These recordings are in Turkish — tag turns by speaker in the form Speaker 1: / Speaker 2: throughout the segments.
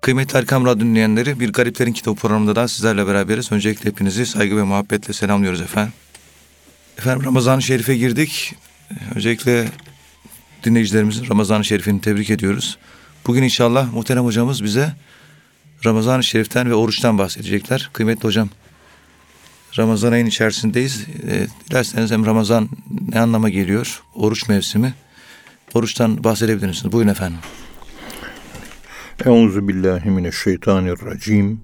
Speaker 1: Kıymetli Erkam Radyo dinleyenleri, Bir Gariplerin Kitabı programında da sizlerle beraberiz. Öncelikle hepinizi saygı ve muhabbetle selamlıyoruz efendim. Efendim, Ramazan-ı Şerif'e girdik. Öncelikle dinleyicilerimizin Ramazan-ı Şerif'ini tebrik ediyoruz. Bugün inşallah muhterem hocamız bize Ramazan-ı Şerif'ten ve oruçtan bahsedecekler. Kıymetli hocam, Ramazan ayının içerisindeyiz. Dilerseniz hem Ramazan ne anlama geliyor, oruç mevsimi, oruçtan bahsedebilir misiniz? Buyurun efendim.
Speaker 2: Euzubillahimineşşeytanirracim.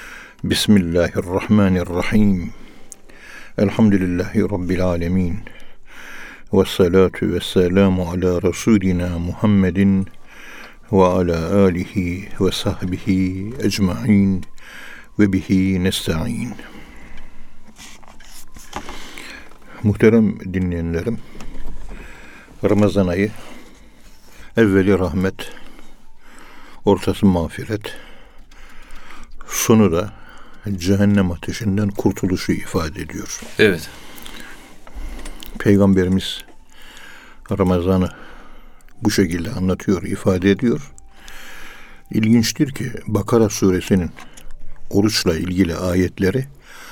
Speaker 2: Bismillahirrahmanirrahim. Elhamdülillahi Rabbil alemin. Vessalatu vesselamu ala Resulina Muhammedin ve ala alihi ve sahbihi ecma'in ve bihi nesta'in. Muhterem dinleyenlerim, Ramazan ayı evveli rahmet, ortası mağfiret, sonu da cehennem ateşinden kurtuluşu ifade ediyor.
Speaker 1: Evet.
Speaker 2: Peygamberimiz Ramazan'ı bu şekilde anlatıyor, ifade ediyor. İlginçtir ki Bakara suresinin oruçla ilgili ayetleri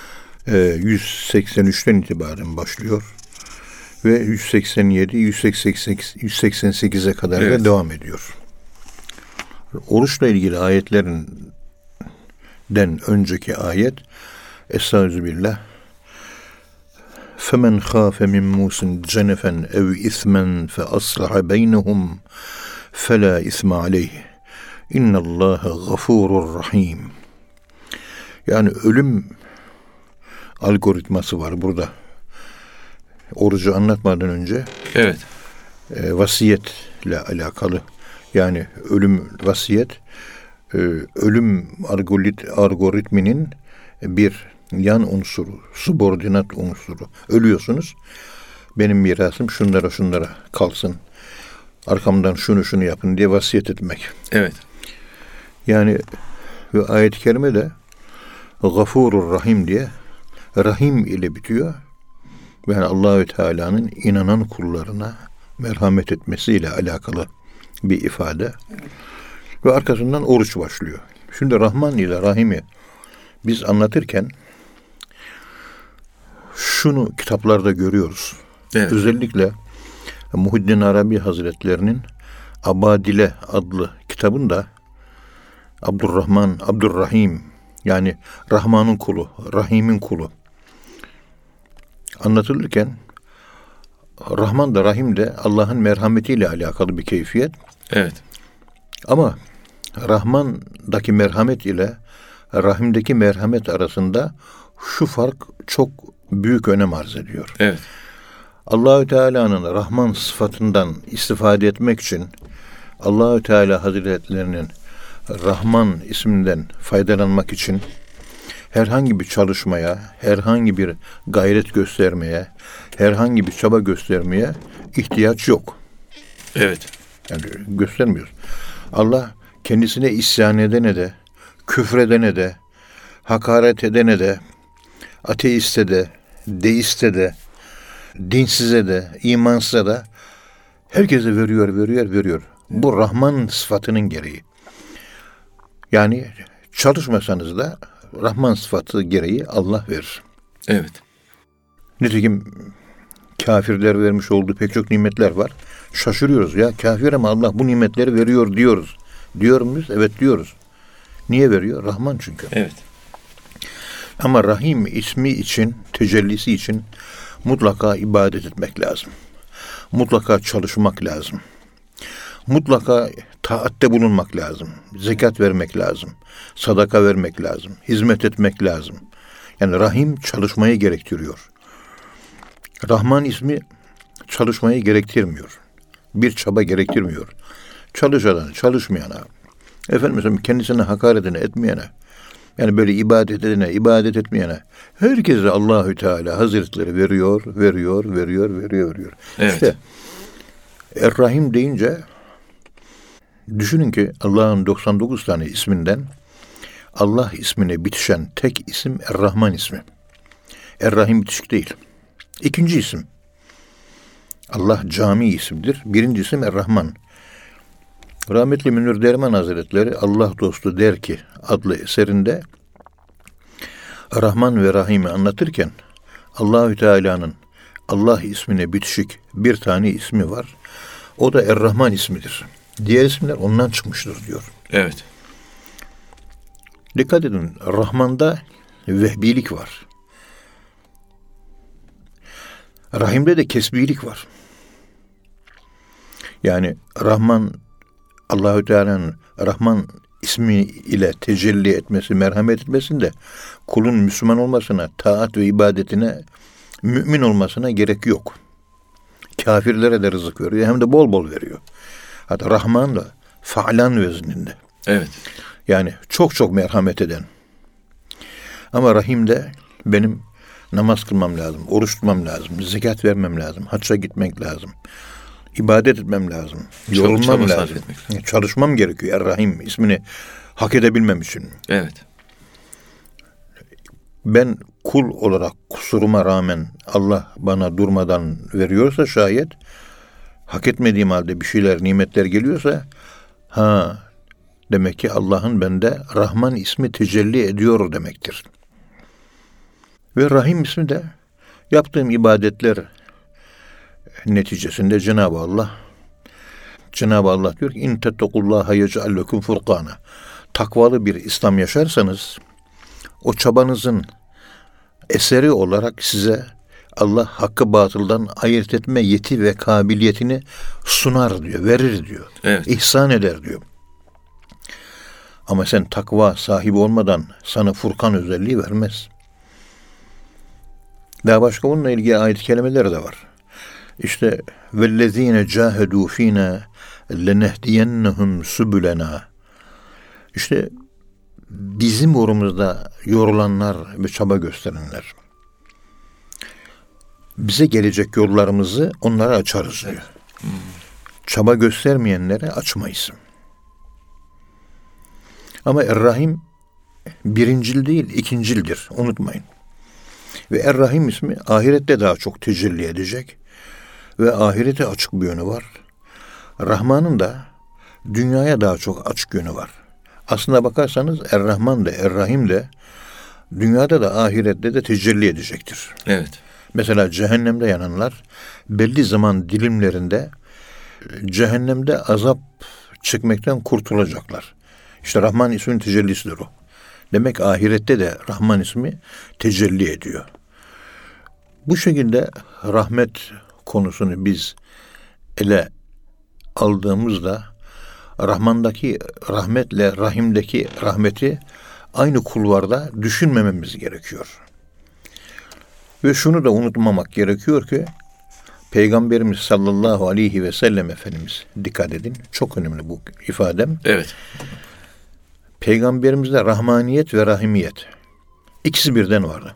Speaker 2: 183'ten itibaren başlıyor ve 187, 188'e kadar da devam ediyor. Oruçla ilgili ayetlerinden önceki ayet Estağfirullah. فَمَنْ خَافَ مِنْ مُوسٍ جَنَفًا اَوْ اِثْمًا فَأَصْلَحَ بَيْنَهُمْ فَلَا اِثْمَ عَلَيْهِ اِنَّ اللّٰهَ غَفُورٌ رَحِيمٌ. Yani ölüm algoritması var burada. Orucu anlatmadan önce vasiyetle alakalı, yani ölüm vasiyet, ölüm algoritminin bir yan unsuru, subordinat unsuru. Ölüyorsunuz, benim mirasım şunlara kalsın, arkamdan şunu yapın diye vasiyet etmek.
Speaker 1: Evet.
Speaker 2: Yani ve ayet-i kerime de Gafurur Rahim diye, Rahim ile bitiyor. Yani Allahü Teala'nın inanan kullarına merhamet etmesiyle alakalı bir ifade. Ve arkasından oruç başlıyor. Şimdi Rahman ile Rahim'i biz anlatırken şunu kitaplarda görüyoruz.
Speaker 1: Evet.
Speaker 2: Özellikle Muhiddin Arabi Hazretlerinin Abadile adlı kitabında Abdurrahim, yani Rahman'ın kulu, Rahim'in kulu anlatılırken Rahman da Rahim de Allah'ın merhametiyle alakalı bir keyfiyet.
Speaker 1: Evet.
Speaker 2: Ama Rahman'daki merhamet ile Rahim'deki merhamet arasında şu fark çok büyük önem arz ediyor.
Speaker 1: Evet.
Speaker 2: Allahü Teala'nın Rahman sıfatından istifade etmek için Allahü Teala Hazretlerinin Rahman isminden faydalanmak için herhangi bir çalışmaya, herhangi bir gayret göstermeye, herhangi bir çaba göstermeye ihtiyaç yok.
Speaker 1: Evet.
Speaker 2: Yani göstermiyor. Allah kendisine isyan edene de, küfredene de, hakaret edene de, ateiste de, deiste de, dinsize de, imansıza da herkese veriyor. Bu Rahman sıfatının gereği. Yani çalışmasanız da Rahman sıfatı gereği Allah verir.
Speaker 1: Evet.
Speaker 2: Nitekim kafirler vermiş olduğu pek çok nimetler var. Şaşırıyoruz ya, kafir ama Allah bu nimetleri veriyor diyoruz. Diyor muyuz? Evet diyoruz. Niye veriyor? Rahman çünkü.
Speaker 1: Evet.
Speaker 2: Ama Rahim ismi için, tecellisi için mutlaka ibadet etmek lazım. Mutlaka çalışmak lazım. Mutlaka taatte bulunmak lazım. Zekat vermek lazım. Sadaka vermek lazım. Hizmet etmek lazım. Yani Rahim çalışmayı gerektiriyor. Rahman ismi çalışmayı gerektirmiyor. Bir çaba gerektirmiyor. Çalışana, çalışmayana, mesela kendisine hakaret edene, etmeyene, yani böyle ibadet edene, ibadet etmeyene, herkese Allahü Teala Hazretleri veriyor.
Speaker 1: Evet.
Speaker 2: İşte Er-Rahim deyince düşünün ki Allah'ın 99 tane isminden Allah ismine bitişen tek isim Er-Rahman ismi. Er-Rahim bitişik değil. İkinci isim. Allah cami isimdir. Birinci isim Er-Rahman. Rahmetli Münir Derman Hazretleri Allah Dostu Der Ki adlı eserinde Rahman ve Rahim'i anlatırken Allahü Teala'nın Allah ismine bitişik bir tane ismi var. O da Er-Rahman ismidir. Diğer isimler ondan çıkmıştır diyor.
Speaker 1: Evet.
Speaker 2: Dikkat edin, Rahman'da vehbilik var. Rahim'de de kesbilik var. Yani Rahman, Allahü Teala'nın Rahman ismi ile tecelli etmesi, merhamet etmesinde kulun Müslüman olmasına, taat ve ibadetine, mümin olmasına gerek yok. Kafirlere de rızık veriyor, hem de bol bol veriyor. Hatta Rahman da fa'lan vezninde.
Speaker 1: Evet.
Speaker 2: Yani çok çok merhamet eden. Ama Rahim'de benim namaz kılmam lazım, oruç tutmam lazım, zekat vermem lazım, hacca gitmek lazım, ibadet etmem lazım, yorulmam lazım. Çalışmam gerekiyor Er-Rahim ismini hak edebilmem için.
Speaker 1: Evet.
Speaker 2: Ben kul olarak kusuruma rağmen Allah bana durmadan veriyorsa şayet, hak etmediğim halde bir şeyler, nimetler geliyorsa, demek ki Allah'ın bende Rahman ismi tecelli ediyor demektir. Ve Rahim ismi de yaptığım ibadetler neticesinde Cenab-ı Allah diyor ki İn tettekullaha yec'al lekum furkana. Takvalı bir İslam yaşarsanız o çabanızın eseri olarak size Allah hakkı batıldan ayırt etme yeti ve kabiliyetini sunar diyor, verir diyor.
Speaker 1: Evet.
Speaker 2: İhsan eder diyor. Ama sen takva sahibi olmadan sana Furkan özelliği vermez. Daha başka bununla ilgili ayet-i kerimeler de var. İşte vellezine cahedû fînâ lenehdiyennehum subulena. İşte bizim uğrumuzda yorulanlar ve çaba gösterenler. Bize gelecek yollarımızı onlara açarız diyor. Çaba göstermeyenlere açmayız. Ama Er-Rahim birincil değil, ikincildir. Unutmayın. Ve Er-Rahim ismi ahirette daha çok tecelli edecek. Ve ahirete açık bir yönü var. Rahman'ın da dünyaya daha çok açık yönü var. Aslına bakarsanız Er-Rahman da Er-Rahim de dünyada da ahirette de tecelli edecektir.
Speaker 1: Evet.
Speaker 2: Mesela cehennemde yananlar belli zaman dilimlerinde cehennemde azap çekmekten kurtulacaklar. İşte Rahman isminin tecellisidir o. Demek ahirette de Rahman ismi tecelli ediyor. Bu şekilde rahmet konusunu biz ele aldığımızda Rahman'daki rahmetle Rahim'deki rahmeti aynı kulvarda düşünmememiz gerekiyor. Ve şunu da unutmamak gerekiyor ki Peygamberimiz sallallahu aleyhi ve sellem Efendimiz, dikkat edin, çok önemli bu ifadem.
Speaker 1: Evet.
Speaker 2: Peygamberimizde rahmaniyet ve rahimiyet ikisi birden vardı.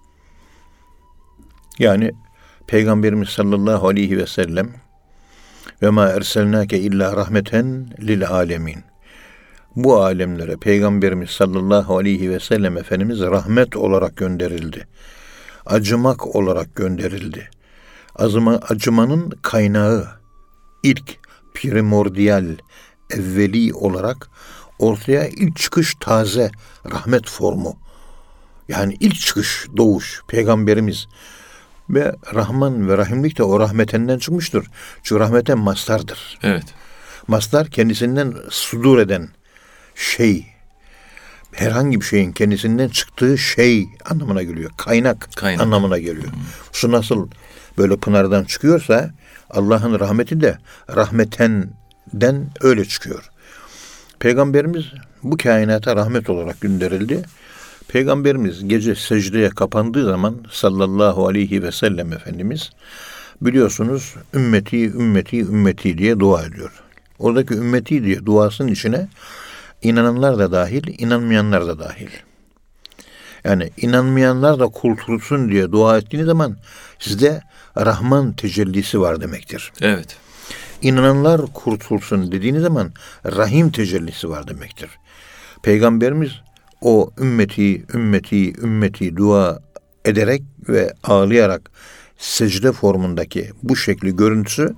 Speaker 2: Yani Peygamberimiz sallallahu aleyhi ve sellem ve ma erselnake illa rahmeten lil alemin. Bu alemlere Peygamberimiz sallallahu aleyhi ve sellem Efendimiz rahmet olarak gönderildi. Acımak olarak gönderildi. Acımanın kaynağı, ilk primordial, evveli olarak ortaya ilk çıkış taze rahmet formu. Yani ilk çıkış, doğuş, Peygamberimiz. Ve Rahman ve Rahimlik de o rahmetinden çıkmıştır. Çünkü rahmeten mastardır.
Speaker 1: Evet.
Speaker 2: Mastar kendisinden sudur eden şey. Herhangi bir şeyin kendisinden çıktığı şey anlamına geliyor. Kaynak. Anlamına geliyor. Su nasıl böyle pınardan çıkıyorsa Allah'ın rahmeti de rahmetenden öyle çıkıyor. Peygamberimiz bu kainata rahmet olarak gönderildi. Peygamberimiz gece secdeye kapandığı zaman sallallahu aleyhi ve sellem Efendimiz biliyorsunuz ümmeti diye dua ediyor. Oradaki ümmeti diye duasının içine inananlar da dahil, inanmayanlar da dahil. Yani inanmayanlar da kurtulsun diye dua ettiğiniz zaman sizde Rahman tecellisi var demektir.
Speaker 1: Evet.
Speaker 2: İnananlar kurtulsun dediğiniz zaman Rahim tecellisi var demektir. Peygamberimiz o ümmeti dua ederek ve ağlayarak secde formundaki bu şekli görüntüsü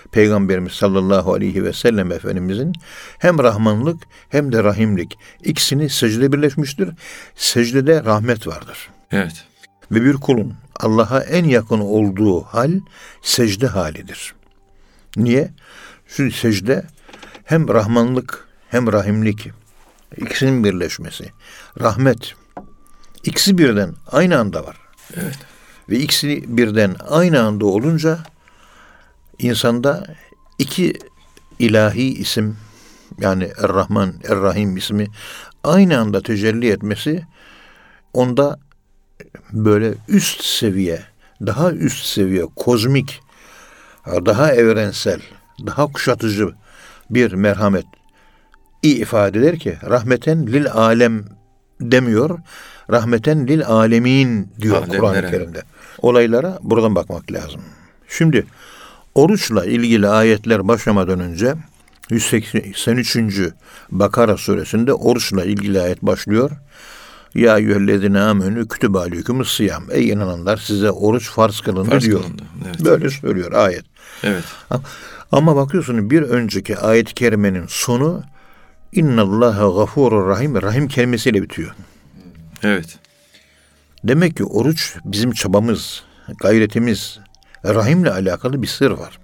Speaker 2: Peygamberimiz sallallahu aleyhi ve sellem Efendimizin hem Rahmanlık hem de Rahimlik ikisini secde birleşmiştir. Secdede rahmet vardır.
Speaker 1: Evet.
Speaker 2: Ve bir kulun Allah'a en yakın olduğu hal secde halidir. Niye? Çünkü secde hem Rahmanlık hem Rahimlik ikisinin birleşmesi. Rahmet. İkisi birden aynı anda var.
Speaker 1: Evet.
Speaker 2: Ve ikisi birden aynı anda olunca insanda iki ilahi isim, yani Er-Rahman, Er-Rahim ismi aynı anda tecelli etmesi onda böyle üst seviye, daha üst seviye, kozmik, daha evrensel, daha kuşatıcı bir merhamet ifade eder ki rahmeten lil alem demiyor, rahmeten lil alemin diyor Kur'an-ı Kerim'de. Olaylara buradan bakmak lazım. Şimdi oruçla ilgili ayetler başlamadan önce 183. Bakara suresinde oruçla ilgili ayet başlıyor. Ya eyyühellezine amenü kütübe aleykumus sıyam. Ey inananlar, size oruç farz kılındı diyor.
Speaker 1: Evet.
Speaker 2: Böyle söylüyor ayet.
Speaker 1: Evet.
Speaker 2: Ama bakıyorsun bir önceki ayet-i kerimenin sonu İnnallâhe gafurur rahim, rahim kelimesiyle bitiyor.
Speaker 1: Evet.
Speaker 2: Demek ki oruç bizim çabamız, gayretimiz, rahimle alakalı bir sır var.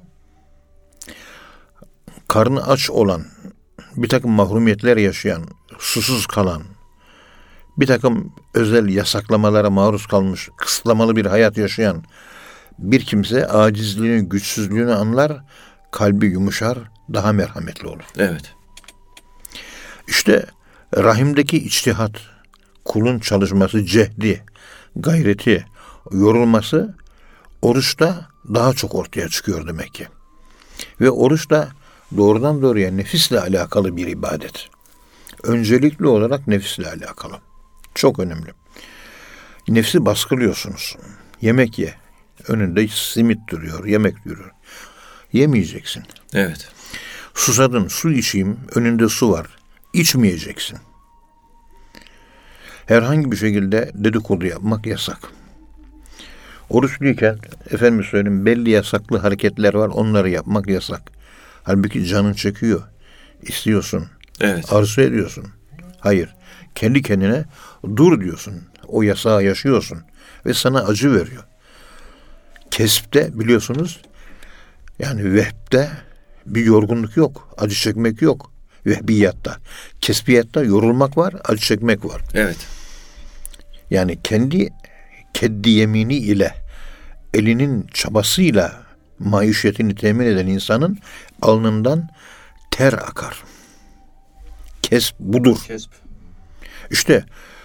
Speaker 2: Karnı aç olan, bir takım mahrumiyetler yaşayan, susuz kalan, bir takım özel yasaklamalara maruz kalmış, kısıtlamalı bir hayat yaşayan bir kimse acizliğini, güçsüzlüğünü anlar, kalbi yumuşar, daha merhametli olur.
Speaker 1: Evet.
Speaker 2: İşte rahimdeki içtihat, kulun çalışması, cehdi, gayreti, yorulması oruçta daha çok ortaya çıkıyor demek ki. Ve oruç da doğrudan doğruya nefisle alakalı bir ibadet. Öncelikli olarak nefisle alakalı. Çok önemli. Nefsi baskılıyorsunuz. Yemek ye. Önünde simit duruyor, yemek duruyor. Yemeyeceksin.
Speaker 1: Evet.
Speaker 2: Susadın, su içeyim, önünde su var. İçmeyeceksin. Herhangi bir şekilde dedikodu yapmak yasak. Oruçluyken efendim söyleyeyim belli yasaklı hareketler var, onları yapmak yasak. Halbuki canın çekiyor. İstiyorsun.
Speaker 1: Evet.
Speaker 2: Arzu ediyorsun. Hayır. Kendi kendine dur diyorsun. O yasağı yaşıyorsun. Ve sana acı veriyor. Kespte biliyorsunuz yani vehbde bir yorgunluk yok. Acı çekmek yok. Vehbiyatta. Kesbiyatta yorulmak var, acı çekmek var.
Speaker 1: Evet.
Speaker 2: Yani keddi yemini ile elinin çabasıyla maişetini temin eden insanın alnından ter akar. Kesb budur.
Speaker 1: Kesb.
Speaker 2: İşte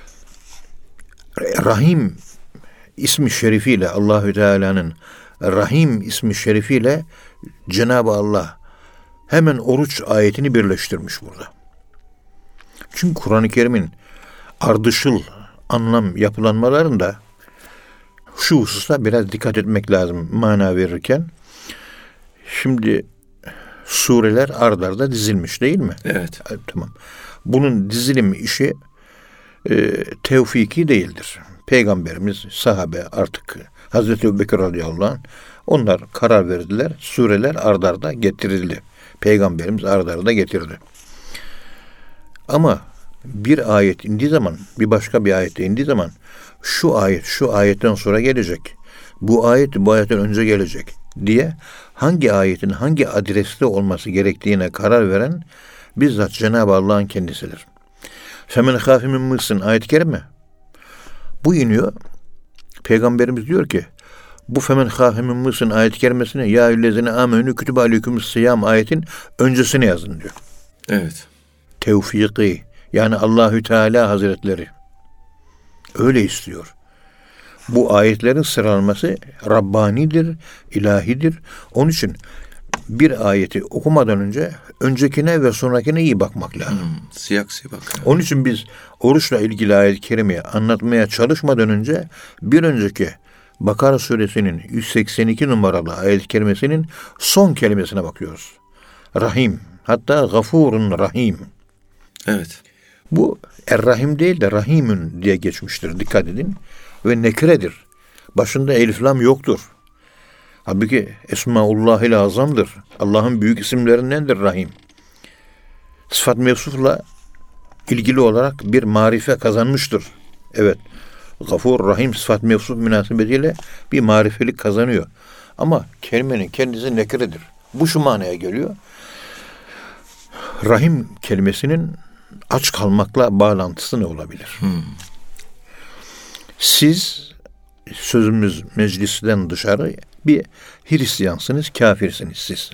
Speaker 2: Rahim ismi şerifiyle Allahü Teala'nın Rahim ismi şerifiyle Cenab-ı Allah hemen oruç ayetini birleştirmiş burada. Çünkü Kur'an-ı Kerim'in ardışıl anlam yapılanmalarında şu hususta biraz dikkat etmek lazım mana verirken. Şimdi sureler ard arda dizilmiş değil mi?
Speaker 1: Evet.
Speaker 2: Tamam. Bunun dizilim işi tevfiki değildir. Peygamberimiz, sahabe artık Hazreti Ebubekir radıyallahu anh onlar karar verdiler. Sureler ard arda getirildi. Peygamberimiz ard arda getirdi. Ama bir ayet indiği zaman, bir başka bir ayette indiği zaman şu ayet, şu ayetten sonra gelecek. Bu ayet, bu ayetten önce gelecek diye hangi ayetin hangi adreste olması gerektiğine karar veren bizzat Cenab-ı Allah'ın kendisidir. Femen khâfe min mısın ayet-i kerime. Bu iniyor. Peygamberimiz diyor ki bu femen khâfe min mısın ayet-i kerimesine ya eyyühellezine amenü kütübe aleykumus sıyam ayetin öncesine yazın diyor.
Speaker 1: Evet.
Speaker 2: Tevfiki yani Allahü Teala Hazretleri öyle istiyor. Bu ayetlerin sıralanması Rabbanidir, ilahidir. Onun için bir ayeti okumadan önce öncekine ve sonrakine iyi bakmak lazım.
Speaker 1: Siyaksi bak.
Speaker 2: Onun için biz oruçla ilgili ayet-i kerimeyi anlatmaya çalışmadan önce bir önceki Bakara suresinin 182 numaralı ayet-i kerimesinin son kelimesine bakıyoruz. Rahim. Hatta gafurun rahim.
Speaker 1: Evet.
Speaker 2: Bu Er-Rahim değil de Rahimün diye geçmiştir. Dikkat edin. Ve nekredir. Başında elif lam yoktur. Halbuki Esmaullahil Azam'dır. Allah'ın büyük isimlerindendir Rahim. Sıfat mevsufla ilgili olarak bir marife kazanmıştır. Evet. Gafur, Rahim sıfat mevsuf münasebetiyle bir marifelik kazanıyor. Ama kelimenin kendisi nekiredir. Bu şu manaya geliyor. Rahim kelimesinin aç kalmakla bağlantısı ne olabilir? Siz, sözümüz meclisten dışarı, bir Hristiyansınız, kafirsiniz siz.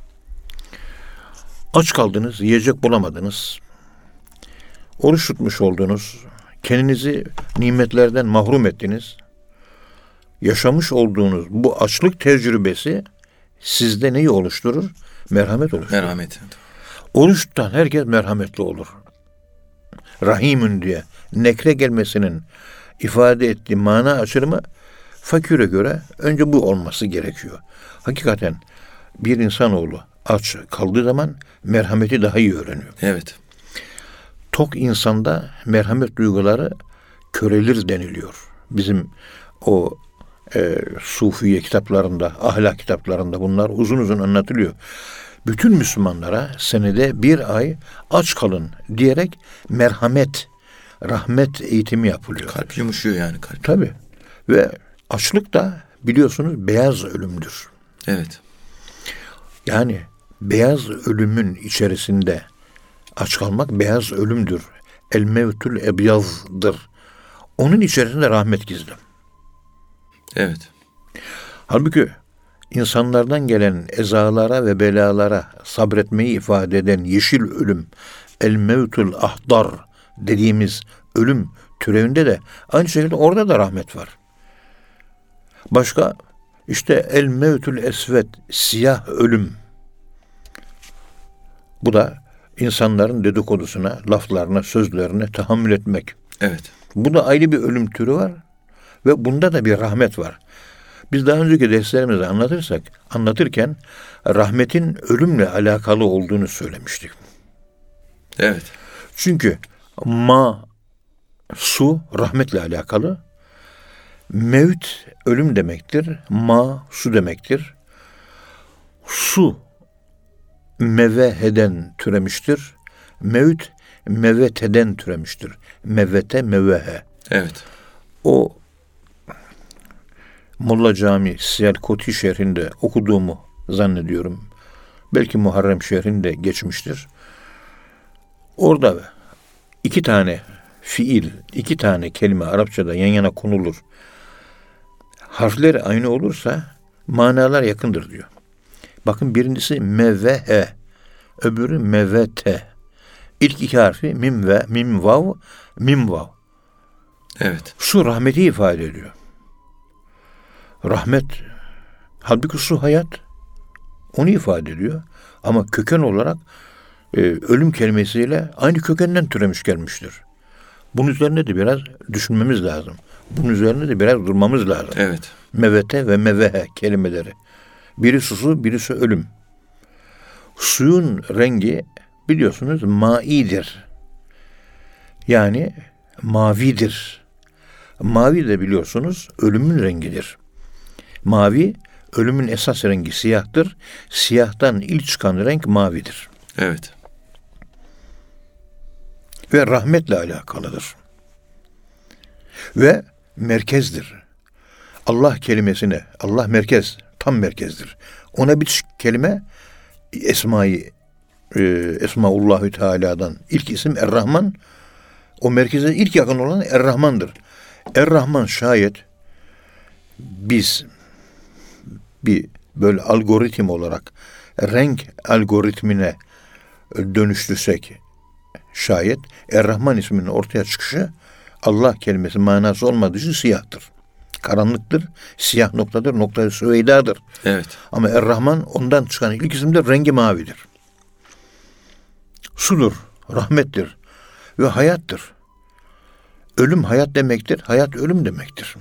Speaker 2: Aç kaldınız, yiyecek bulamadınız. Oruç tutmuş oldunuz. Kendinizi nimetlerden mahrum ettiniz. Yaşamış olduğunuz bu açlık tecrübesi sizde neyi oluşturur? Merhamet oluşturur.
Speaker 1: Merhamet.
Speaker 2: Oruç tutan herkes merhametli olur. Rahimün diye nekre gelmesinin ifade ettiği mana açılımı fakire göre önce bu olması gerekiyor. Hakikaten bir insanoğlu aç kaldığı zaman merhameti daha iyi öğreniyor.
Speaker 1: Evet.
Speaker 2: Tok insanda merhamet duyguları körelir deniliyor. Bizim o Sufiye kitaplarında, ahlak kitaplarında bunlar uzun uzun anlatılıyor. Bütün Müslümanlara senede bir ay aç kalın diyerek merhamet, rahmet eğitimi yapılıyor.
Speaker 1: Kalp yumuşuyor yani kalp.
Speaker 2: Tabii. Ve açlık da biliyorsunuz beyaz ölümdür.
Speaker 1: Evet.
Speaker 2: Yani beyaz ölümün içerisinde aç kalmak beyaz ölümdür. El mevtul ebyazdır. Onun içerisinde rahmet gizli.
Speaker 1: Evet.
Speaker 2: Halbuki insanlardan gelen ezalara ve belalara sabretmeyi ifade eden yeşil ölüm, el mevtul ahdar dediğimiz ölüm türevinde de aynı şekilde orada da rahmet var. Başka işte el mevtul esved, siyah ölüm. Bu da insanların dedikodusuna, laflarına, sözlerine tahammül etmek.
Speaker 1: Evet.
Speaker 2: Bu da ayrı bir ölüm türü var ve bunda da bir rahmet var. Biz daha önceki derslerimizde anlatırken rahmetin ölümle alakalı olduğunu söylemiştik.
Speaker 1: Evet.
Speaker 2: Çünkü su rahmetle alakalı. Mevt ölüm demektir. Su demektir. Su meveheden türemiştir. Mevt meveteden türemiştir. Mevete mevehe.
Speaker 1: Evet.
Speaker 2: O Molla Cami Siyal-Koti şehrinde okuduğumu zannediyorum. Belki Muharrem şehrinde geçmiştir. Orada iki tane fiil, iki tane kelime Arapçada yan yana konulur. Harfleri aynı olursa manalar yakındır diyor. Bakın birincisi mevehe, öbürü mevete. İlk iki harfi mim ve mim vav, mim vav.
Speaker 1: Evet.
Speaker 2: Su rahmeti ifade ediyor. Rahmet, halbuki su hayat, onu ifade ediyor. Ama köken olarak ölüm kelimesiyle aynı kökenden türemiş gelmiştir. Bunun üzerine de biraz düşünmemiz lazım. Bunun üzerine de biraz durmamız lazım.
Speaker 1: Evet.
Speaker 2: Mevete ve mevehe kelimeleri. Birisi su, birisi ölüm. Suyun rengi biliyorsunuz maidir. Yani mavidir. Mavi de biliyorsunuz ölümün rengidir. Mavi, ölümün esas rengi siyahtır. Siyahtan ilk çıkan renk mavidir.
Speaker 1: Evet.
Speaker 2: Ve rahmetle alakalıdır. Ve merkezdir. Allah kelimesine, Allah merkez, tam merkezdir. Ona bir kelime Esmaullahü Teala'dan ilk isim Er-Rahman, o merkeze ilk yakın olan Er-Rahman'dır. Er-Rahman şayet biz bir böyle algoritm olarak renk algoritmine dönüştürsek şayet Er-Rahman isminin ortaya çıkışı Allah kelimesi manası olmadığı için siyahtır. Karanlıktır, siyah noktadır, noktayı süveydadır.
Speaker 1: Evet.
Speaker 2: Ama Er-Rahman ondan çıkan ilk isimde rengi mavidir. Sudur, rahmettir ve hayattır. Ölüm hayat demektir, hayat ölüm demektir.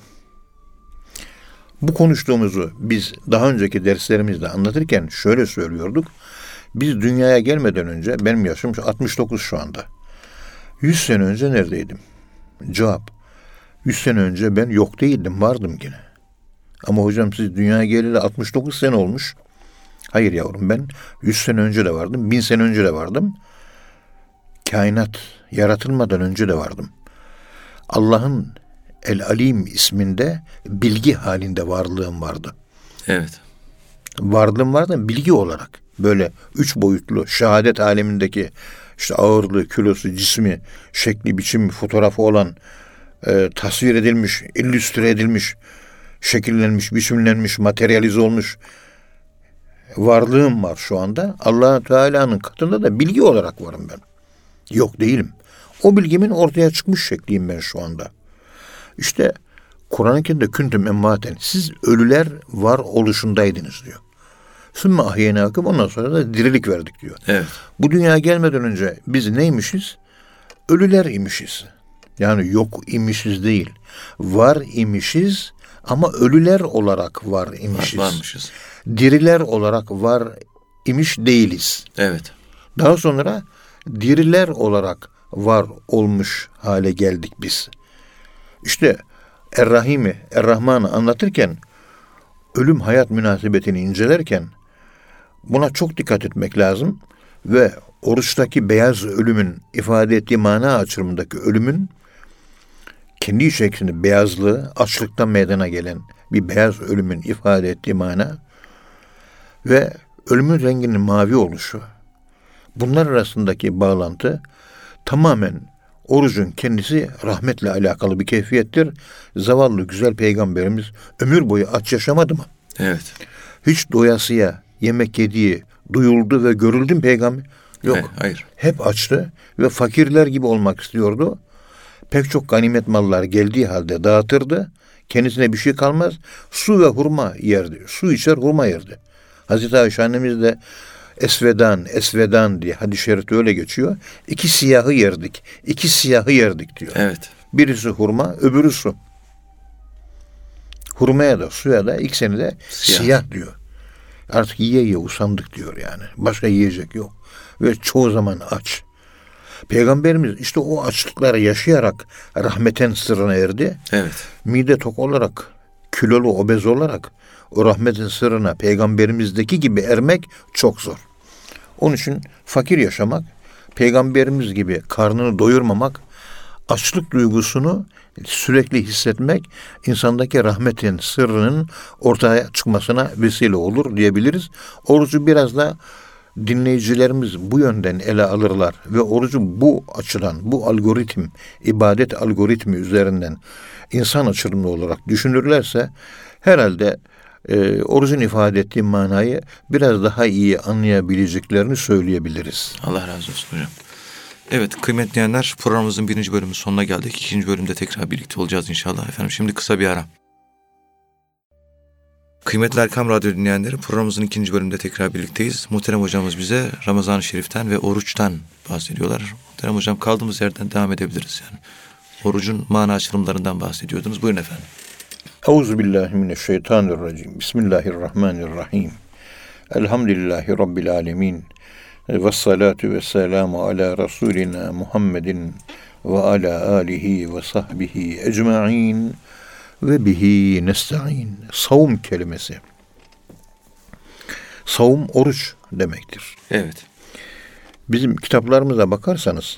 Speaker 2: Bu konuştuğumuzu biz daha önceki derslerimizde anlatırken şöyle söylüyorduk. Biz dünyaya gelmeden önce, benim yaşım 69 şu anda. 100 sene önce neredeydim? Cevap. 100 sene önce ben yok değildim, vardım yine. Ama hocam siz dünyaya geleli 69 sene olmuş. Hayır yavrum, ben 100 sene önce de vardım, 1000 sene önce de vardım. Kainat yaratılmadan önce de vardım. Allah'ın El-Alim isminde bilgi halinde varlığım vardı.
Speaker 1: Evet.
Speaker 2: Varlığım vardı bilgi olarak. Böyle 3 boyutlu şehadet alemindeki işte ağırlığı, kilosu, cismi, şekli, biçimi, fotoğrafı olan, tasvir edilmiş, illüstre edilmiş, şekillenmiş, biçimlenmiş, materyalize olmuş varlığım var şu anda. Allah Teala'nın katında da bilgi olarak varım ben. Yok değilim. O bilgimin ortaya çıkmış şekliyim ben şu anda. İşte Kur'an-ı Kerim'de küntüm emmaten, siz ölüler var oluşundaydınız diyor. Sümme ahyenâküm, ondan sonra da dirilik verdik diyor.
Speaker 1: Evet.
Speaker 2: Bu dünyaya gelmeden önce biz neymişiz? Ölüler imişiz. Yani yok imişiz değil. Var imişiz ama ölüler olarak var imişiz.
Speaker 1: Varmışız.
Speaker 2: Diriler olarak var imiş değiliz.
Speaker 1: Evet.
Speaker 2: Daha sonra diriler olarak var olmuş hale geldik biz. İşte Er-Rahim'i, Er-Rahman'ı anlatırken, ölüm hayat münasebetini incelerken buna çok dikkat etmek lazım ve oruçtaki beyaz ölümün ifade ettiği mana açılımındaki ölümün kendi şeklinde beyazlığı, açlıktan meydana gelen bir beyaz ölümün ifade ettiği mana ve ölümün renginin mavi oluşu, bunlar arasındaki bağlantı tamamen orucun kendisi rahmetle alakalı bir keyfiyettir. Zavallı güzel peygamberimiz ömür boyu aç yaşamadı mı?
Speaker 1: Evet.
Speaker 2: Hiç doyasıya yemek yediği duyuldu ve görüldü mü peygamber? Yok.
Speaker 1: Hayır.
Speaker 2: Hep açtı ve fakirler gibi olmak istiyordu. Pek çok ganimet mallar geldiği halde dağıtırdı. Kendisine bir şey kalmaz. Su ve hurma yerdi. Su içer, hurma yerdi. Hazreti Ayşe annemiz de esvedan diye hadis-i şerifte öyle geçiyor. 2 siyahı yerdik. 2 siyahı yerdik diyor.
Speaker 1: Evet.
Speaker 2: Birisi hurma, öbürü su. Hurmaya da suya da ikisini de siyah diyor. Artık yiye usandık diyor yani. Başka yiyecek yok. Ve çoğu zaman aç. Peygamberimiz işte o açlıkları yaşayarak rahmetin sırrına erdi.
Speaker 1: Evet.
Speaker 2: Mide tok olarak, kilolu, obez olarak o rahmetin sırrına peygamberimizdeki gibi ermek çok zor. Onun için fakir yaşamak, peygamberimiz gibi karnını doyurmamak, açlık duygusunu sürekli hissetmek insandaki rahmetin sırrının ortaya çıkmasına vesile olur diyebiliriz. Orucu biraz da dinleyicilerimiz bu yönden ele alırlar ve orucu bu açıdan, bu algoritm, ibadet algoritmi üzerinden insan açılımlı olarak düşünürlerse herhalde orucun ifade ettiği manayı biraz daha iyi anlayabileceklerini söyleyebiliriz.
Speaker 1: Allah razı olsun hocam. Evet kıymetli dinleyenler, programımızın 1. bölümünün sonuna geldik. 2. bölümde tekrar birlikte olacağız inşallah. Efendim şimdi kısa bir ara. Kıymetli Erkam Radyo dinleyenleri, programımızın 2. bölümünde tekrar birlikteyiz. Muhterem hocamız bize Ramazan-ı Şerif'ten ve oruçtan bahsediyorlar. Muhterem hocam, kaldığımız yerden devam edebiliriz yani. Orucun mana açılımlarından bahsediyordunuz. Buyurun efendim.
Speaker 2: Euzubillahimineşşeytanirracim. Bismillahirrahmanirrahim. Elhamdülillahi Rabbil alemin. Vessalatu vesselamu ala Resulina Muhammedin ve ala alihi ve sahbihi ecma'in ve bihi nesta'in. Savun kelimesi. Savun oruç demektir.
Speaker 1: Evet.
Speaker 2: Bizim kitaplarımıza bakarsanız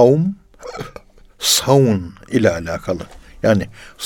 Speaker 2: savun ile alakalı. Yani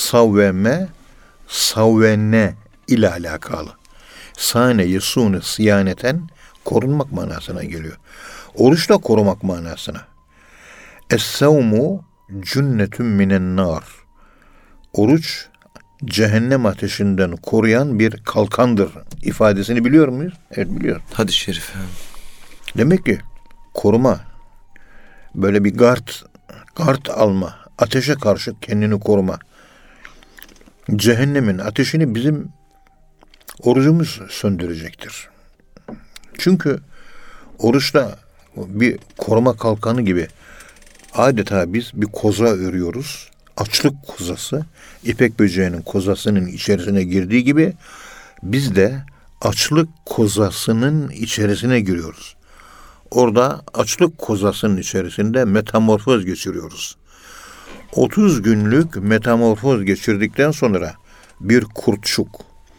Speaker 2: savvene ile alakalı. Sane yesune siyaneten, korunmak manasına geliyor. Oruç da korumak manasına. Es-savmu cünnetun minen nar. Oruç cehennem ateşinden koruyan bir kalkandır ifadesini biliyor muyuz? Evet, biliyoruz.
Speaker 1: Hadis-i şerif.
Speaker 2: Demek ki koruma, böyle bir gard alma, ateşe karşı kendini koruma. Cehennemin ateşini bizim orucumuz söndürecektir. Çünkü oruçta bir koruma kalkanı gibi adeta biz bir koza örüyoruz. Açlık kozası, ipek böceğinin kozasının içerisine girdiği gibi biz de açlık kozasının içerisine giriyoruz. Orada açlık kozasının içerisinde metamorfoz geçiriyoruz. 30 günlük metamorfoz geçirdikten sonra bir kurtçuk,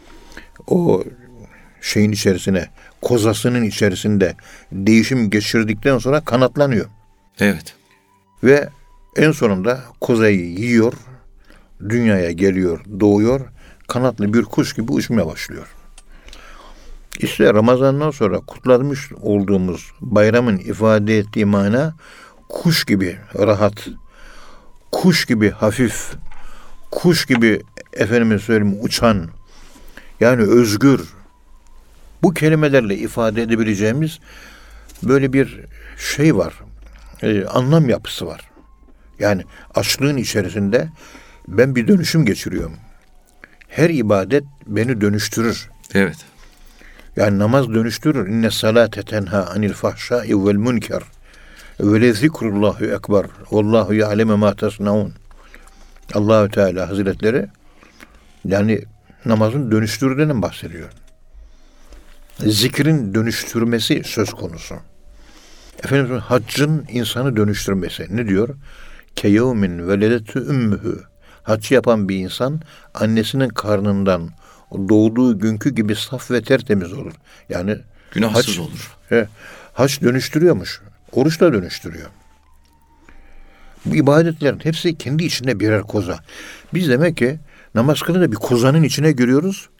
Speaker 2: o şeyin içerisine, kozasının içerisinde değişim geçirdikten sonra kanatlanıyor.
Speaker 1: Evet.
Speaker 2: Ve en sonunda kozayı yiyor, dünyaya geliyor, doğuyor, kanatlı bir kuş gibi uçmaya başlıyor. İşte Ramazan'dan sonra kutlamış olduğumuz bayramın ifade ettiği mana, kuş gibi rahat, kuş gibi hafif, kuş gibi efendime söyleyeyim uçan, yani özgür, bu kelimelerle ifade edebileceğimiz böyle bir şey var, anlam yapısı var. Yani açlığın içerisinde ben bir dönüşüm geçiriyorum. Her ibadet beni dönüştürür.
Speaker 1: Evet.
Speaker 2: Yani namaz dönüştürür. İnne salate tenha anil fahşai vel münker ve le zikrullahu ekber vallahu ya'lemu ma tasnaun. Allahü Teala Hazretleri yani namazın dönüştürdüğünden bahsediyor. Zikrin dönüştürmesi söz konusu. Efendim haccın insanı dönüştürmesi. Ne diyor? Keyevmin veledetü ümmühü. Hac yapan bir insan annesinin karnından doğduğu günkü gibi saf ve tertemiz olur. Yani
Speaker 1: günahsız olur.
Speaker 2: Hac dönüştürüyormuş. Oruç da dönüştürüyor. Bu ibadetlerin hepsi kendi içinde birer koza. Biz demek ki namaz kılınca bir kozanın içine giriyoruz.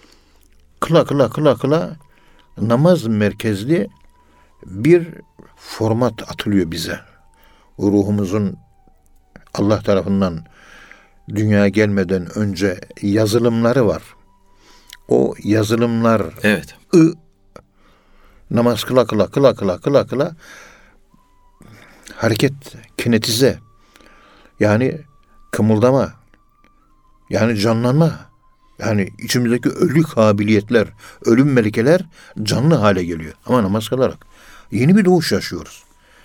Speaker 2: Kıla namaz merkezli bir format atılıyor bize. Ruhumuzun Allah tarafından dünyaya gelmeden önce yazılımları var. O yazılımlar
Speaker 1: evet.
Speaker 2: Namaz kıla hareket, kinetize, yani kımıldama, yani canlanma, yani içimizdeki ölü kabiliyetler, ölüm melekeler canlı hale geliyor. Ama namaz kılarak yeni bir doğuş yaşıyoruz.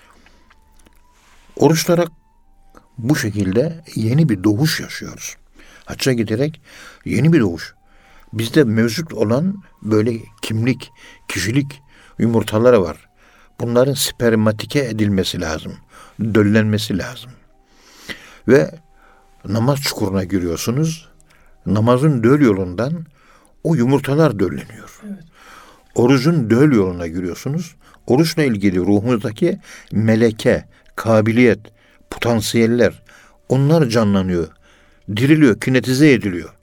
Speaker 2: Oruç tutarak bu şekilde yeni bir doğuş yaşıyoruz. Hacca giderek yeni bir doğuş. Bizde mevcut olan böyle kimlik, kişilik yumurtaları var. Bunların spermatike edilmesi lazım. Döllenmesi lazım. Ve namaz çukuruna giriyorsunuz. Namazın döl yolundan o yumurtalar dölleniyor. Evet. Orucun döl yoluna giriyorsunuz. Oruçla ilgili ruhumuzdaki meleke, kabiliyet, potansiyeller, onlar canlanıyor. Diriliyor, kinetize ediliyor.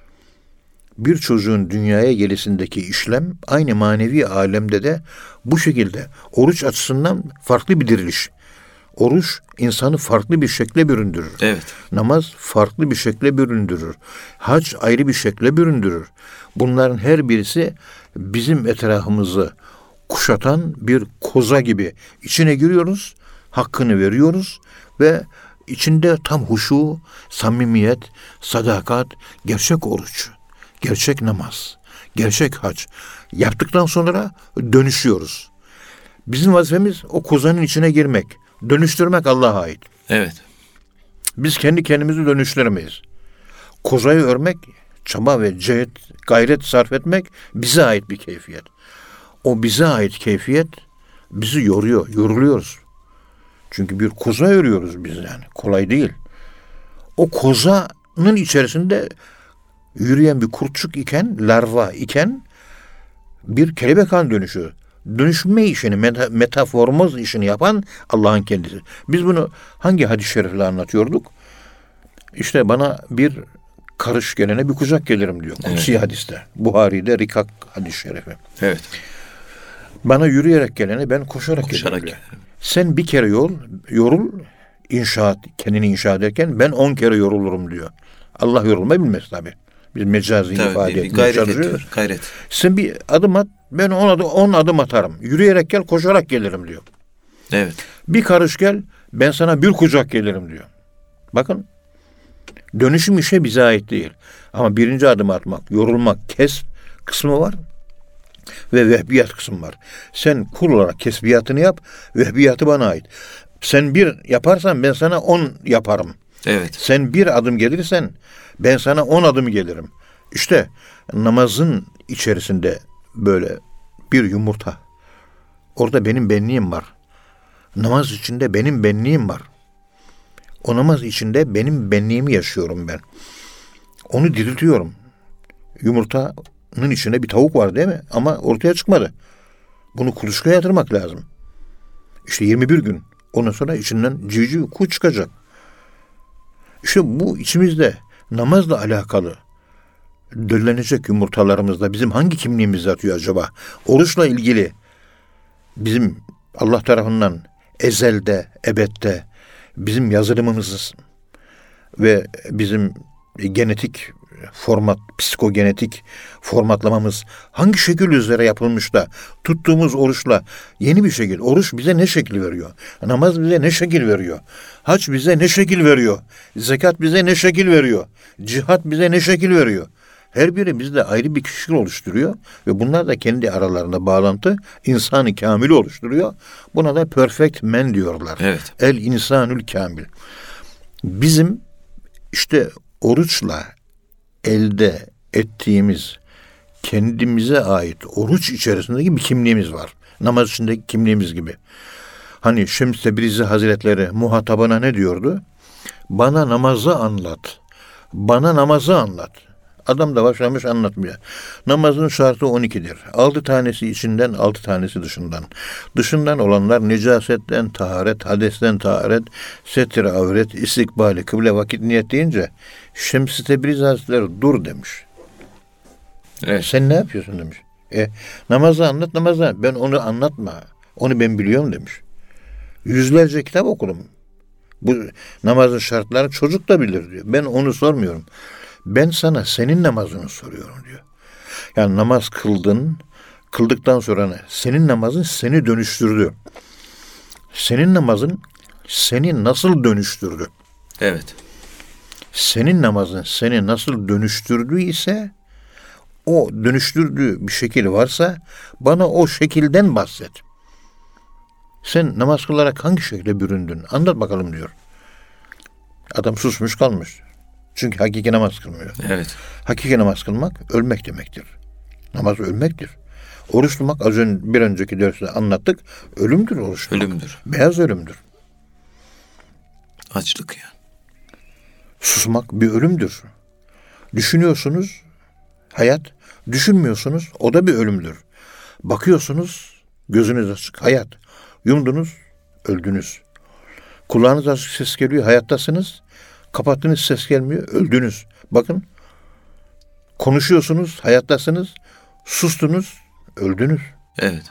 Speaker 2: Bir çocuğun dünyaya gelişindeki işlem aynı manevi alemde de bu şekilde. Oruç açısından farklı bir diriliş. Oruç insanı farklı bir şekle büründürür.
Speaker 1: Evet.
Speaker 2: Namaz farklı bir şekle büründürür. Hac ayrı bir şekle büründürür. Bunların her birisi bizim etrafımızı kuşatan bir koza gibi. İçine giriyoruz, hakkını veriyoruz ve içinde tam huşu, samimiyet, sadakat, gerçek oruç, gerçek namaz, gerçek hac yaptıktan sonra dönüşüyoruz. Bizim vazifemiz o kozanın içine girmek, dönüştürmek Allah'a ait.
Speaker 1: Evet.
Speaker 2: Biz kendi kendimizi dönüştüremeyiz. Kozayı örmek, çaba ve cehd, gayret sarf etmek bize ait bir keyfiyet. O bize ait keyfiyet bizi yoruyor, yoruluyoruz. Çünkü bir koza örüyoruz biz yani. Kolay değil. O kozanın içerisinde yürüyen bir kurtçuk iken, larva iken bir kelebek haline dönüşüyor. Dönüşme işini, metaformoz işini yapan Allah'ın kendisi. Biz bunu hangi hadis-i şerifle anlatıyorduk? İşte bana bir karış gelene bir kucak gelirim diyor. Kutsi evet. Hadiste. Buhari'de Rikak hadis-i şerifi.
Speaker 1: Evet.
Speaker 2: Bana yürüyerek gelene ben koşarak gelirim diyor. Sen bir kere yorul, kendini inşa ederken ben 10 kere yorulurum diyor. Allah yorulmayı bilmez tabii. Biz mecazi ifade etmeye çalışıyoruz.
Speaker 1: Gayret.
Speaker 2: Sen bir adım at, ben 10 adım atarım. Yürüyerek gel, koşarak gelirim diyor.
Speaker 1: Evet.
Speaker 2: Bir karış gel, ben sana bir kucak gelirim diyor. Bakın, dönüşüm işe bize ait değil. Ama birinci adım atmak, yorulmak, kesb kısmı var. Ve vehbiyat kısmı var. Sen kul olarak kesbiyatını yap, vehbiyatı bana ait. Sen bir yaparsan ben sana 10 yaparım.
Speaker 1: Evet.
Speaker 2: Sen bir adım gelirsen ben sana 10 adım gelirim. İşte namazın içerisinde böyle bir yumurta. Orada benim benliğim var. Namaz içinde benim benliğim var. O namaz içinde benim benliğimi yaşıyorum ben. Onu diriltiyorum. Yumurta kuluçkanın içinde bir tavuk var değil mi? Ama ortaya çıkmadı. Bunu kuluçkaya yatırmak lazım. İşte 21 gün. Ondan sonra içinden civciv kuş çıkacak. İşte bu içimizde namazla alakalı döllenecek yumurtalarımızda bizim hangi kimliğimiz yatıyor acaba? Oruçla ilgili bizim Allah tarafından ezelde, ebedde bizim yazılımımız ve bizim genetik format, psikogenetik formatlamamız hangi şekil üzere yapılmış da tuttuğumuz oruçla yeni bir şekil. Oruç bize ne şekil veriyor? Namaz bize ne şekil veriyor? Hac bize ne şekil veriyor? Zekat bize ne şekil veriyor? Cihat bize ne şekil veriyor? Her biri bizde ayrı bir kişilik oluşturuyor ve bunlar da kendi aralarında bağlantı insanı kamili oluşturuyor. Buna da perfect man diyorlar.
Speaker 1: Evet.
Speaker 2: El insanül kamil. Bizim işte oruçla elde ettiğimiz kendimize ait oruç içerisindeki bir kimliğimiz var. Namaz içindeki kimliğimiz gibi. Hani Şems Tebrizi Hazretleri muhatabına ne diyordu? Bana namazı anlat. Bana namazı anlat. Adam da başlamış anlatmaya. Namazın şartı 12'dir. 6 tanesi içinden, 6 tanesi dışından. Dışından olanlar necasetten taharet, hadesten taharet, setir avret, istikbali, kıble, vakit, niyet deyince Şems-i Tebriz Hazretleri dur demiş.
Speaker 1: Evet.
Speaker 2: Sen ne yapıyorsun demiş. Namazı anlat, namazı. Ben onu anlatma. Onu ben biliyorum demiş. Yüzlerce kitap okudum. Bu namazın şartlarını çocuk da bilir diyor. Ben onu sormuyorum. Ben sana senin namazını soruyorum diyor. Yani namaz kıldın, kıldıktan sonra senin namazın seni dönüştürdü. Senin namazın seni nasıl dönüştürdü?
Speaker 1: Evet.
Speaker 2: Senin namazın seni nasıl dönüştürdü ise o dönüştürdüğü bir şekil varsa bana o şekilden bahset. Sen namaz kılarak hangi şekilde büründün? Anlat bakalım diyor. Adam susmuş kalmış. Çünkü hakiki namaz kılmıyor.
Speaker 1: Evet.
Speaker 2: Hakiki namaz kılmak ölmek demektir. Namaz ölmektir. Oruç tutmak az önce bir önceki derste anlattık. Ölümdür oruç tutmak.
Speaker 1: Ölümdür.
Speaker 2: Beyaz ölümdür.
Speaker 1: Açlık yani.
Speaker 2: Susmak bir ölümdür. Düşünüyorsunuz hayat, düşünmüyorsunuz o da bir ölümdür. Bakıyorsunuz gözünüz açık hayat. Yumdunuz öldünüz. Kulağınız açık ses geliyor hayattasınız. Kapattınız ses gelmiyor öldünüz. Bakın konuşuyorsunuz hayattasınız. Sustunuz öldünüz.
Speaker 1: Evet.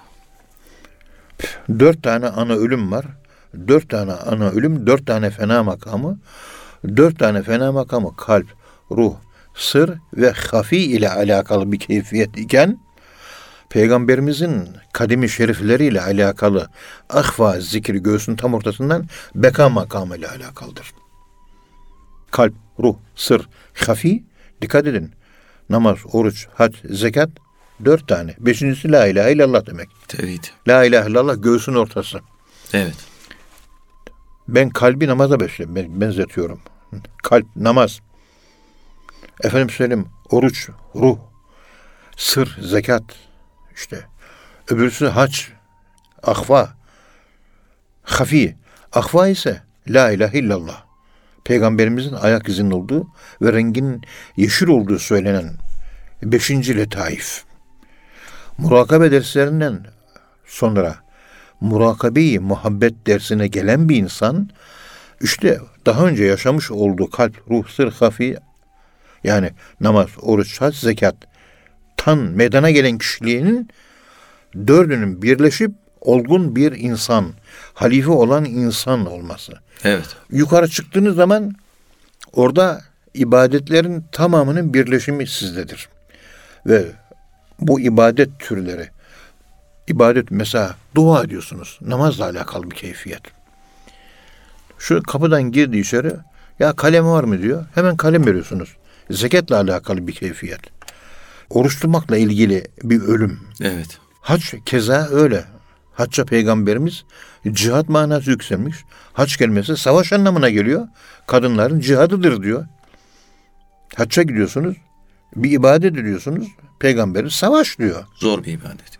Speaker 2: 4 tane ana ölüm var. 4 tane ana ölüm, 4 tane fena makamı. 4 tane fena makamı kalp, ruh, sır ve hafi ile alakalı bir keyfiyet iken Peygamberimizin kadimi şerifleriyle alakalı ahva zikri göğsün tam ortasından beka makamı ile alakalıdır. Kalp, ruh, sır, hafi, dikkat edin. Namaz, oruç, hac, zekat 4 tane. 5.'si la ilahe illallah demek.
Speaker 1: Tevhid.
Speaker 2: La ilahe illallah göğsün ortası.
Speaker 1: Evet.
Speaker 2: Ben kalbi namaza benzetiyorum. Kalp, namaz. Efendim söyleyeyim, oruç, ruh, sır, zekat. İşte öbürsü hac, ahva, hafi. Ahva ise la ilahe illallah. Peygamberimizin ayak izinin olduğu ve renginin yeşil olduğu söylenen 5. letaif. Murakabe derslerinden sonra murakabe-i muhabbet dersine gelen bir insan işte daha önce yaşamış olduğu kalp, ruh, sır, hafi yani namaz, oruç, hac, zekat tan meydana gelen kişiliğinin 4'ünün birleşip olgun bir insan, halife olan insan olması.
Speaker 1: Evet.
Speaker 2: Yukarı çıktığınız zaman orada ibadetlerin tamamının birleşimi sizdedir. Ve bu ibadet türleri, ibadet mesela dua ediyorsunuz. Namazla alakalı bir keyfiyet. Şu kapıdan girdi içeri, ya kalem var mı diyor. Hemen kalem veriyorsunuz. Zekatla alakalı bir keyfiyet. Oruç tutmakla ilgili bir ölüm.
Speaker 1: Evet.
Speaker 2: Hac keza öyle. Hacca Peygamberimiz cihat manası yükselmiş. Hac kelimesi savaş anlamına geliyor. Kadınların cihadıdır diyor. Hacca gidiyorsunuz. Bir ibadet ediyorsunuz. Peygamberimiz savaş diyor.
Speaker 1: Zor bir ibadet.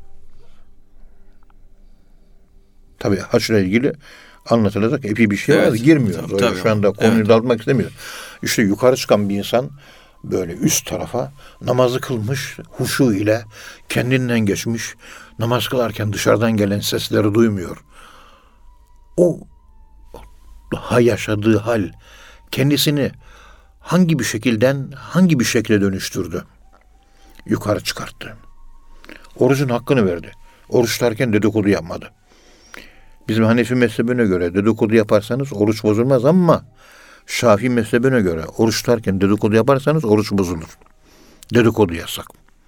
Speaker 2: Tabii haçla ilgili anlatılacak epey bir şey var.
Speaker 1: Evet,
Speaker 2: Girmiyoruz.
Speaker 1: tabii.
Speaker 2: Şu anda konuyu dağıtmak istemiyoruz. İşte yukarı çıkan bir insan böyle üst tarafa namazı kılmış, huşu ile kendinden geçmiş, namaz kılarken dışarıdan gelen sesleri duymuyor. O yaşadığı hal kendisini hangi bir şekle dönüştürdü? Yukarı çıkarttı. Orucun hakkını verdi. Oruç tutarken dedikodu yapmadı. Bizim Hanefi mezhebine göre dedikodu yaparsanız oruç bozulmaz ama Şafii mezhebine göre oruç tutarken dedikodu yaparsanız oruç bozulur. Dedikodu yasak.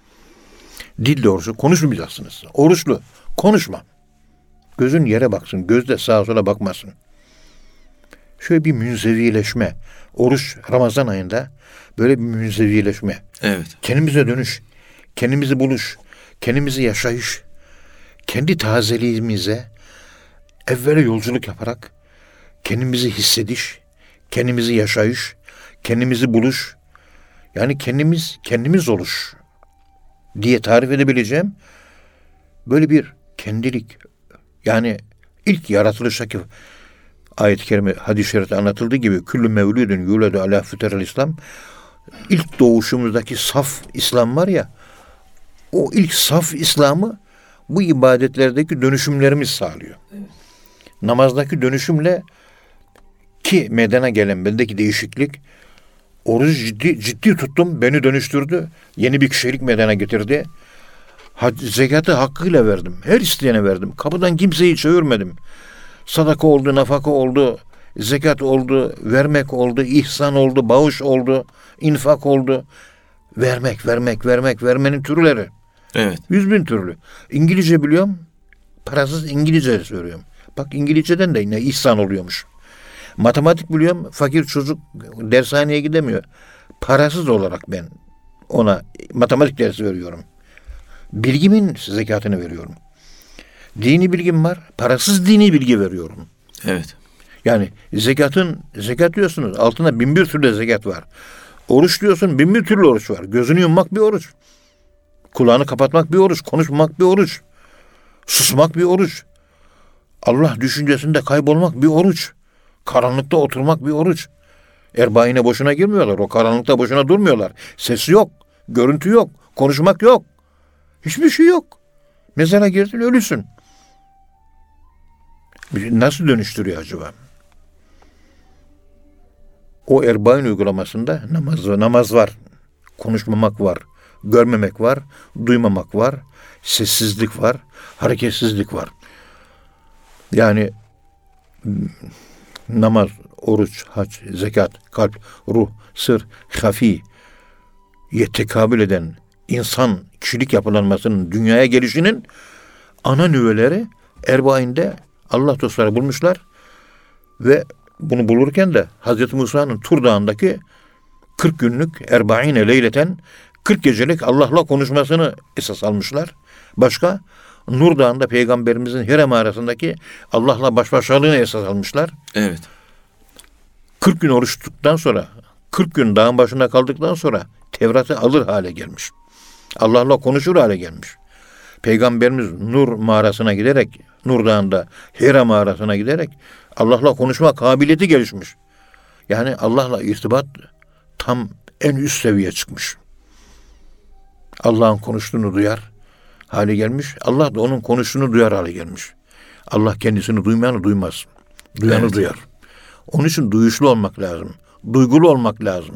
Speaker 2: Dil doğrusu konuşmayacaksınız. Oruçlu konuşma. Gözün yere baksın. Göz de sağa sola bakmasın. Şöyle bir münzevileşme. Oruç Ramazan ayında böyle bir münzevileşme.
Speaker 1: Evet.
Speaker 2: Kendimize dönüş. Kendimizi buluş. Kendimizi yaşayış. Kendi tazeliğimize evvela yolculuk yaparak kendimizi hissediş, kendimizi yaşayış, kendimizi buluş. Yani kendimiz oluş diye tarif edebileceğim böyle bir kendilik. Yani ilk yaratılıştaki ayet-i kerime, hadis-i şerifte anlatıldığı gibi küllü mevludun yuledu ala füterel İslam, ilk doğuşumuzdaki saf İslam var ya, o ilk saf İslam'ı bu ibadetlerdeki dönüşümlerimiz sağlıyor. Evet. Namazdaki dönüşümle ki meydana gelen bendeki değişiklik, oruç ciddi tuttum, beni dönüştürdü. Yeni bir kişilik meydana getirdi. Zekatı hakkıyla verdim. Her isteyene verdim. Kapıdan kimseyi çevirmedim. Sadaka oldu, nafaka oldu, zekat oldu, vermek oldu, ihsan oldu, bağış oldu, infak oldu. Vermenin türleri.
Speaker 1: Evet.
Speaker 2: 100.000 türlü. İngilizce biliyorum, parasız İngilizce söylüyorum. Bak İngilizceden de yine ihsan oluyormuş. Matematik biliyorum, fakir çocuk dershaneye gidemiyor. Parasız olarak ben ona matematik dersi veriyorum. Bilgimin zekatını veriyorum. Dini bilgim var, parasız dini bilgi veriyorum.
Speaker 1: Evet.
Speaker 2: Yani zekat diyorsunuz, altında 1001 türlü zekat var. Oruç diyorsun, 1001 türlü oruç var. Gözünü yummak bir oruç. Kulağını kapatmak bir oruç, konuşmak bir oruç. Susmak bir oruç. Allah düşüncesinde kaybolmak bir oruç. Karanlıkta oturmak bir oruç. Erbaine boşuna girmiyorlar. O karanlıkta boşuna durmuyorlar. Ses yok, görüntü yok, konuşmak yok. Hiçbir şey yok. Mezara girdin, ölüsün. Nasıl dönüştürüyor acaba? O Erbain uygulamasında namaz var. Konuşmamak var. Görmemek var. Duymamak var. Sessizlik var. Hareketsizlik var. Yani namaz, oruç, hac, zekat, kalp, ruh, sır, hafi tekabül eden insan kişilik yapılanmasının, dünyaya gelişinin ana nüveleri Erbain'de Allah dostları bulmuşlar ve bunu bulurken de Hazreti Musa'nın Tur Dağı'ndaki 40 günlük Erbaine leyleten 40 gecelik Allah'la konuşmasını esas almışlar. Başka Nur Dağı'nda Peygamberimizin Hira mağarasındaki Allah'la baş başalığını esas almışlar.
Speaker 1: Evet.
Speaker 2: 40 gün oruç tuttuktan sonra, 40 gün dağın başında kaldıktan sonra Tevrat'ı alır hale gelmiş. Allah'la konuşur hale gelmiş. Peygamberimiz Nur mağarasına giderek, Nur Dağı'nda Hira mağarasına giderek Allah'la konuşma kabiliyeti gelişmiş. Yani Allah'la irtibat tam en üst seviyeye çıkmış. Allah'ın konuştuğunu duyar hale gelmiş. Allah da onun konuştuğunu duyar hale gelmiş. Allah kendisini duymayanı duymaz. Duyanı duyar. Onun için duyuşlu olmak lazım. Duygulu olmak lazım.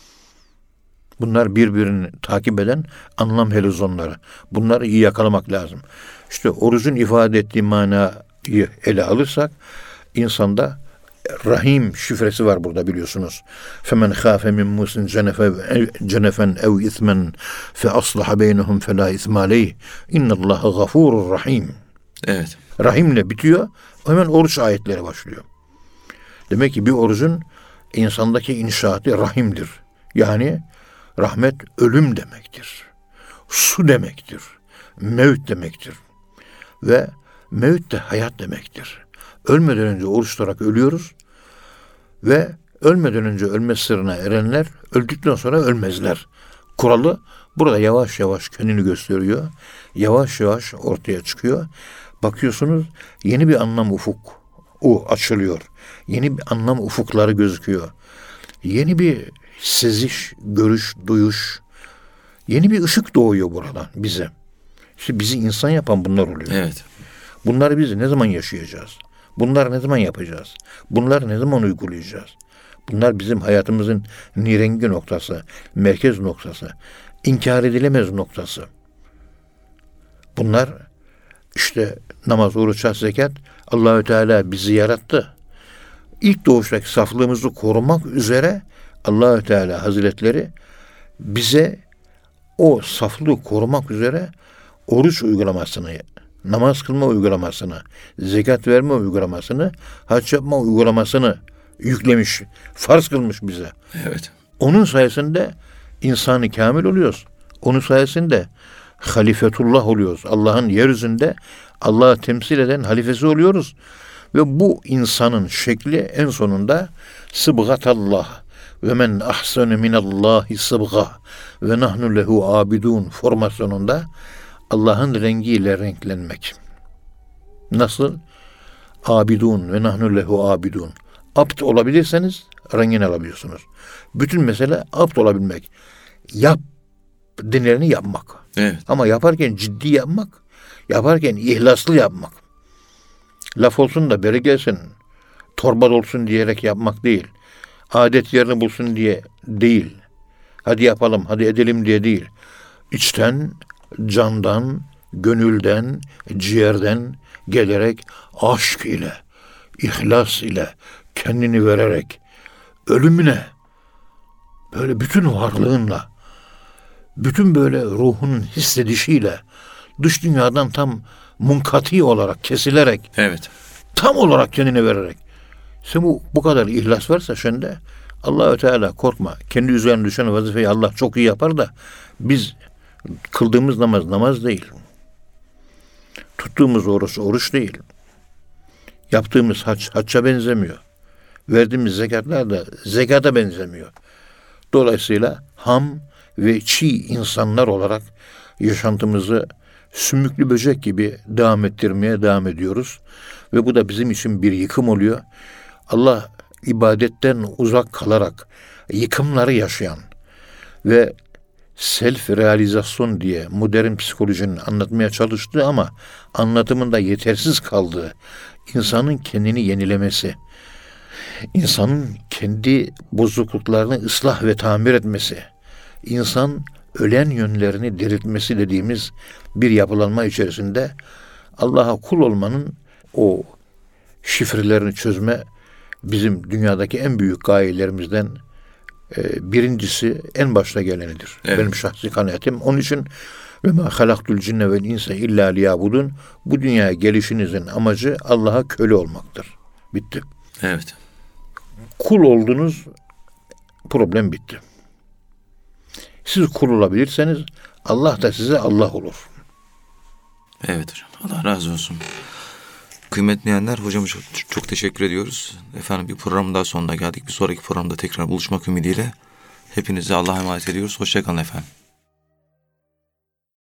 Speaker 2: Bunlar birbirini takip eden anlam helizonları. Bunları iyi yakalamak lazım. İşte orucun ifade ettiği manayı ele alırsak insanda Rahim şifresi var burada biliyorsunuz. Femen khafe min musin cenefen ev ismen fe aslaha beynehum fe la isma aleyh. İnnallâhe gafurur rahim.
Speaker 1: Evet.
Speaker 2: Rahimle bitiyor. Hemen oruç ayetleri başlıyor. Demek ki bir orucun insandaki inşaatı rahimdir. Yani rahmet ölüm demektir. Su demektir. Mevt demektir. Ve mevt de hayat demektir. Ölmeden önce oruç tutarak ölüyoruz ve ölmeden önce ölme sırrına erenler öldükten sonra ölmezler. Kuralı burada yavaş yavaş kendini gösteriyor. Yavaş yavaş ortaya çıkıyor. Bakıyorsunuz yeni bir anlam ufuk açılıyor. Yeni bir anlam ufukları gözüküyor. Yeni bir seziş, görüş, duyuş, yeni bir ışık doğuyor buradan bize. İşte bizi insan yapan bunlar oluyor.
Speaker 1: Evet.
Speaker 2: Bunları biz ne zaman yaşayacağız? Bunları ne zaman yapacağız? Bunları ne zaman uygulayacağız? Bunlar bizim hayatımızın nirengi noktası, merkez noktası, inkar edilemez noktası. Bunlar işte namaz, oruç, hac, zekat. Allahü Teala bizi yarattı. İlk doğuştaki saflığımızı korumak üzere Allahü Teala Hazretleri bize o saflığı korumak üzere oruç uygulamasını, namaz kılma uygulamasını, zekat verme uygulamasını, hac yapma uygulamasını yüklemiş, farz kılmış bize.
Speaker 1: Evet.
Speaker 2: Onun sayesinde insanı kamil oluyoruz. Onun sayesinde halifetullah oluyoruz. Allah'ın yeryüzünde Allah'ı temsil eden halifesi oluyoruz. Ve bu insanın şekli en sonunda sıbgatallah ve men ahsenu minallahi sıbga ve nahnu lehu abidun formasyonunda Allah'ın rengiyle renklenmek. Nasıl? Abidun ve nahnu lehu abidun. Abd olabilirseniz rengini alabiliyorsunuz. Bütün mesele abd olabilmek. Yap denileni yapmak.
Speaker 1: Evet.
Speaker 2: Ama yaparken ciddi yapmak, yaparken ihlaslı yapmak. Laf olsun da beri gelsin, torba olsun diyerek yapmak değil. Adet yerini bulsun diye değil. Hadi yapalım, hadi edelim diye değil. İçten, candan, gönülden, ciğerden gelerek aşk ile, ihlas ile, kendini vererek, ölümüne, böyle bütün varlığınla, bütün böyle ruhunun hissedişiyle, dış dünyadan tam munkati olarak, kesilerek,
Speaker 1: Evet.
Speaker 2: tam olarak kendine vererek. Sen bu kadar ihlas varsa sende, Allahü Teala korkma. Kendi üzerine düşen vazifeyi Allah çok iyi yapar da biz kıldığımız namaz değil. Tuttuğumuz oruç değil. Yaptığımız hacca benzemiyor. Verdiğimiz zekatlar da zekata benzemiyor. Dolayısıyla ham ve çiğ insanlar olarak yaşantımızı sümüklü böcek gibi devam ediyoruz. Ve bu da bizim için bir yıkım oluyor. Allah ibadetten uzak kalarak yıkımları yaşayan ve self realizasyon diye modern psikolojinin anlatmaya çalıştığı ama anlatımında yetersiz kaldığı insanın kendini yenilemesi, insanın kendi bozukluklarını ıslah ve tamir etmesi, insan ölen yönlerini diriltmesi dediğimiz bir yapılanma içerisinde Allah'a kul olmanın o şifrelerini çözme bizim dünyadaki en büyük gayelerimizden birincisi, en başta gelenidir.
Speaker 1: Evet.
Speaker 2: Benim şahsi kanaatim. Onun için ve ma halaktul cinne vel insa illa liyabudun, bu dünyaya gelişinizin amacı Allah'a köle olmaktır. Bitti.
Speaker 1: Evet.
Speaker 2: Kul oldunuz, problem bitti. Siz kul olabilirseniz Allah da size Allah olur.
Speaker 1: Evet hocam. Allah razı olsun. Kıymetli dinleyenler, hocama çok teşekkür ediyoruz. Efendim, bir programın daha sonuna geldik. Bir sonraki programda tekrar buluşmak ümidiyle hepinize Allah'a emanet ediyoruz. Hoşça kalın efendim.